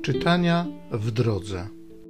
Czytania w drodze.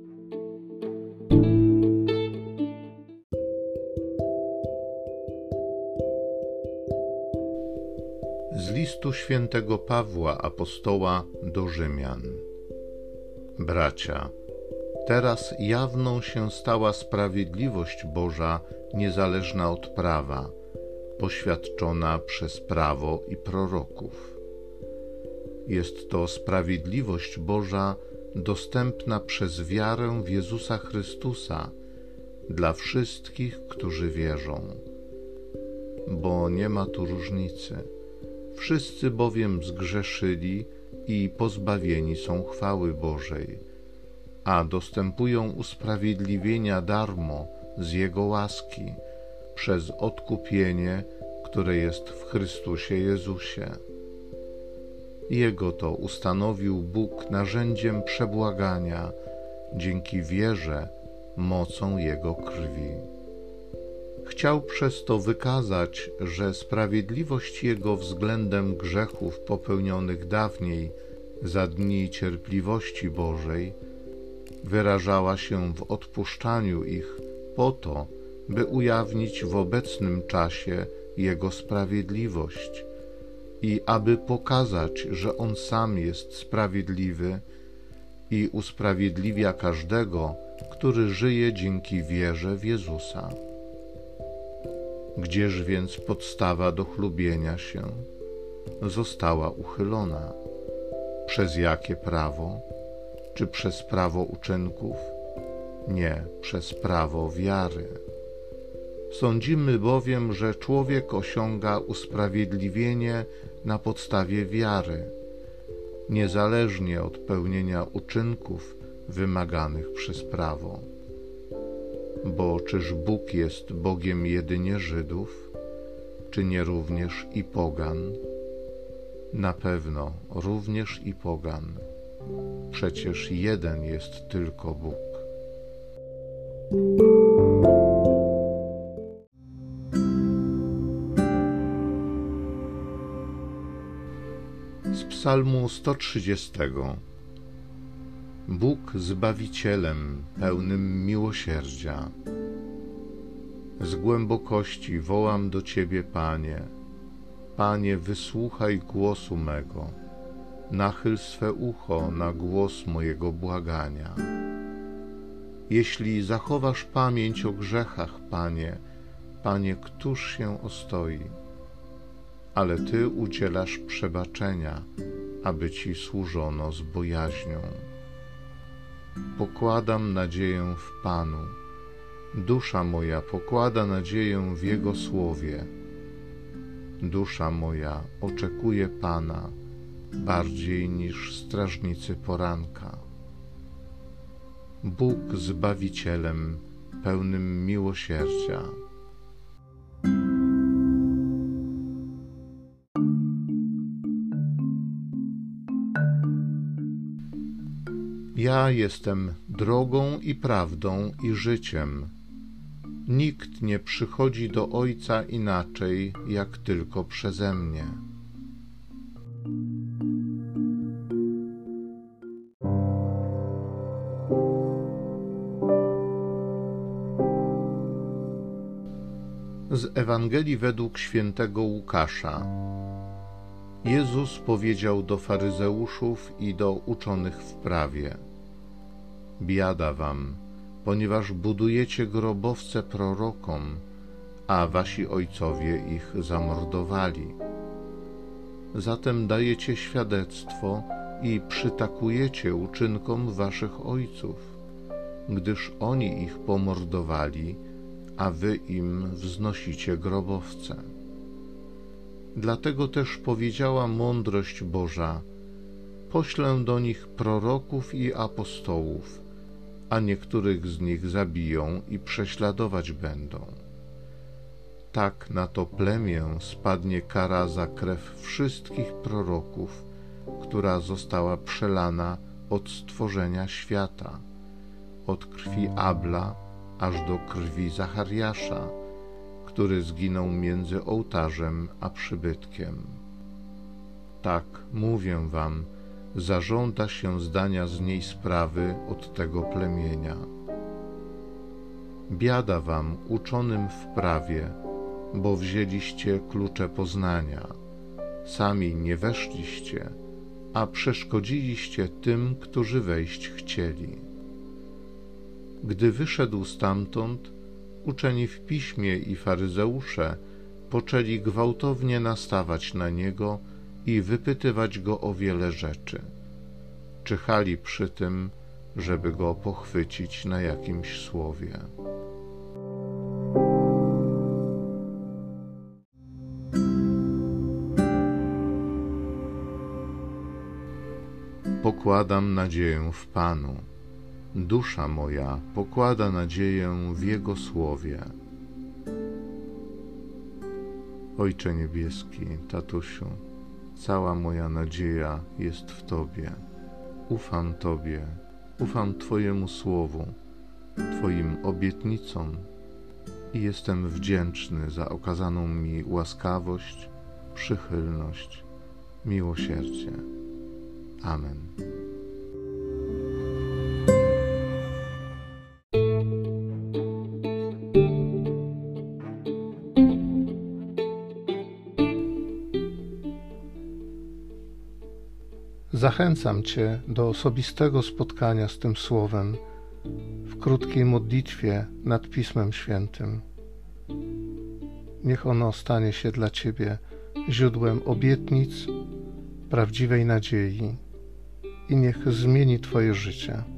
Z listu świętego Pawła apostoła do Rzymian. Bracia, teraz jawną się stała sprawiedliwość Boża niezależna od prawa, poświadczona przez prawo i proroków. Jest to sprawiedliwość Boża dostępna przez wiarę w Jezusa Chrystusa dla wszystkich, którzy wierzą. Bo nie ma tu różnicy. Wszyscy bowiem zgrzeszyli i pozbawieni są chwały Bożej, a dostępują usprawiedliwienia darmo z Jego łaski przez odkupienie, które jest w Chrystusie Jezusie. Jego to ustanowił Bóg narzędziem przebłagania dzięki wierze mocą Jego krwi. Chciał przez to wykazać, że sprawiedliwość Jego względem grzechów popełnionych dawniej za dni cierpliwości Bożej wyrażała się w odpuszczaniu ich po to, by ujawnić w obecnym czasie Jego sprawiedliwość i aby pokazać, że On sam jest sprawiedliwy i usprawiedliwia każdego, który żyje dzięki wierze w Jezusa. Gdzież więc podstawa do chlubienia się została uchylona? Przez jakie prawo? Czy przez prawo uczynków? Nie, przez prawo wiary. Sądzimy bowiem, że człowiek osiąga usprawiedliwienie na podstawie wiary, niezależnie od pełnienia uczynków wymaganych przez prawo. Bo czyż Bóg jest Bogiem jedynie Żydów, czy nie również i pogan? Na pewno również i pogan. Przecież jeden jest tylko Bóg. Z Psalmu 130. Bóg Zbawicielem pełnym miłosierdzia. Z głębokości wołam do Ciebie, Panie. Panie, wysłuchaj głosu mego. Nachyl swe ucho na głos mojego błagania. Jeśli zachowasz pamięć o grzechach, Panie, któż się ostoi? Ale Ty udzielasz przebaczenia, aby Ci służono z bojaźnią. Pokładam nadzieję w Panu. Dusza moja pokłada nadzieję w Jego słowie. Dusza moja oczekuje Pana bardziej niż strażnicy poranka. Bóg Zbawicielem pełnym miłosierdzia. Ja jestem drogą i prawdą i życiem. Nikt nie przychodzi do Ojca inaczej, jak tylko przeze mnie. Z Ewangelii według świętego Łukasza. Jezus powiedział do faryzeuszów i do uczonych w prawie: Biada wam, ponieważ budujecie grobowce prorokom, a wasi ojcowie ich zamordowali. Zatem dajecie świadectwo i przytakujecie uczynkom waszych ojców, gdyż oni ich pomordowali, a wy im wznosicie grobowce. Dlatego też powiedziała mądrość Boża: poślę do nich proroków i apostołów, a niektórych z nich zabiją i prześladować będą. Tak na to plemię spadnie kara za krew wszystkich proroków, która została przelana od stworzenia świata, od krwi Abla aż do krwi Zachariasza, który zginął między ołtarzem a przybytkiem. Tak, mówię wam, zażąda się zdania z niej sprawy od tego plemienia. Biada wam, uczonym w prawie, bo wzięliście klucze poznania. Sami nie weszliście, a przeszkodziliście tym, którzy wejść chcieli. Gdy wyszedł stamtąd, uczeni w piśmie i faryzeusze poczęli gwałtownie nastawać na niego i wypytywać go o wiele rzeczy. Czyhali przy tym, żeby go pochwycić na jakimś słowie. Pokładam nadzieję w Panu. Dusza moja pokłada nadzieję w Jego słowie. Ojcze niebieski, tatusiu, cała moja nadzieja jest w Tobie. Ufam Tobie, ufam Twojemu słowu, Twoim obietnicom i jestem wdzięczny za okazaną mi łaskawość, przychylność, miłosierdzie. Amen. Zachęcam Cię do osobistego spotkania z tym Słowem w krótkiej modlitwie nad Pismem Świętym. Niech ono stanie się dla Ciebie źródłem obietnic, prawdziwej nadziei i niech zmieni Twoje życie.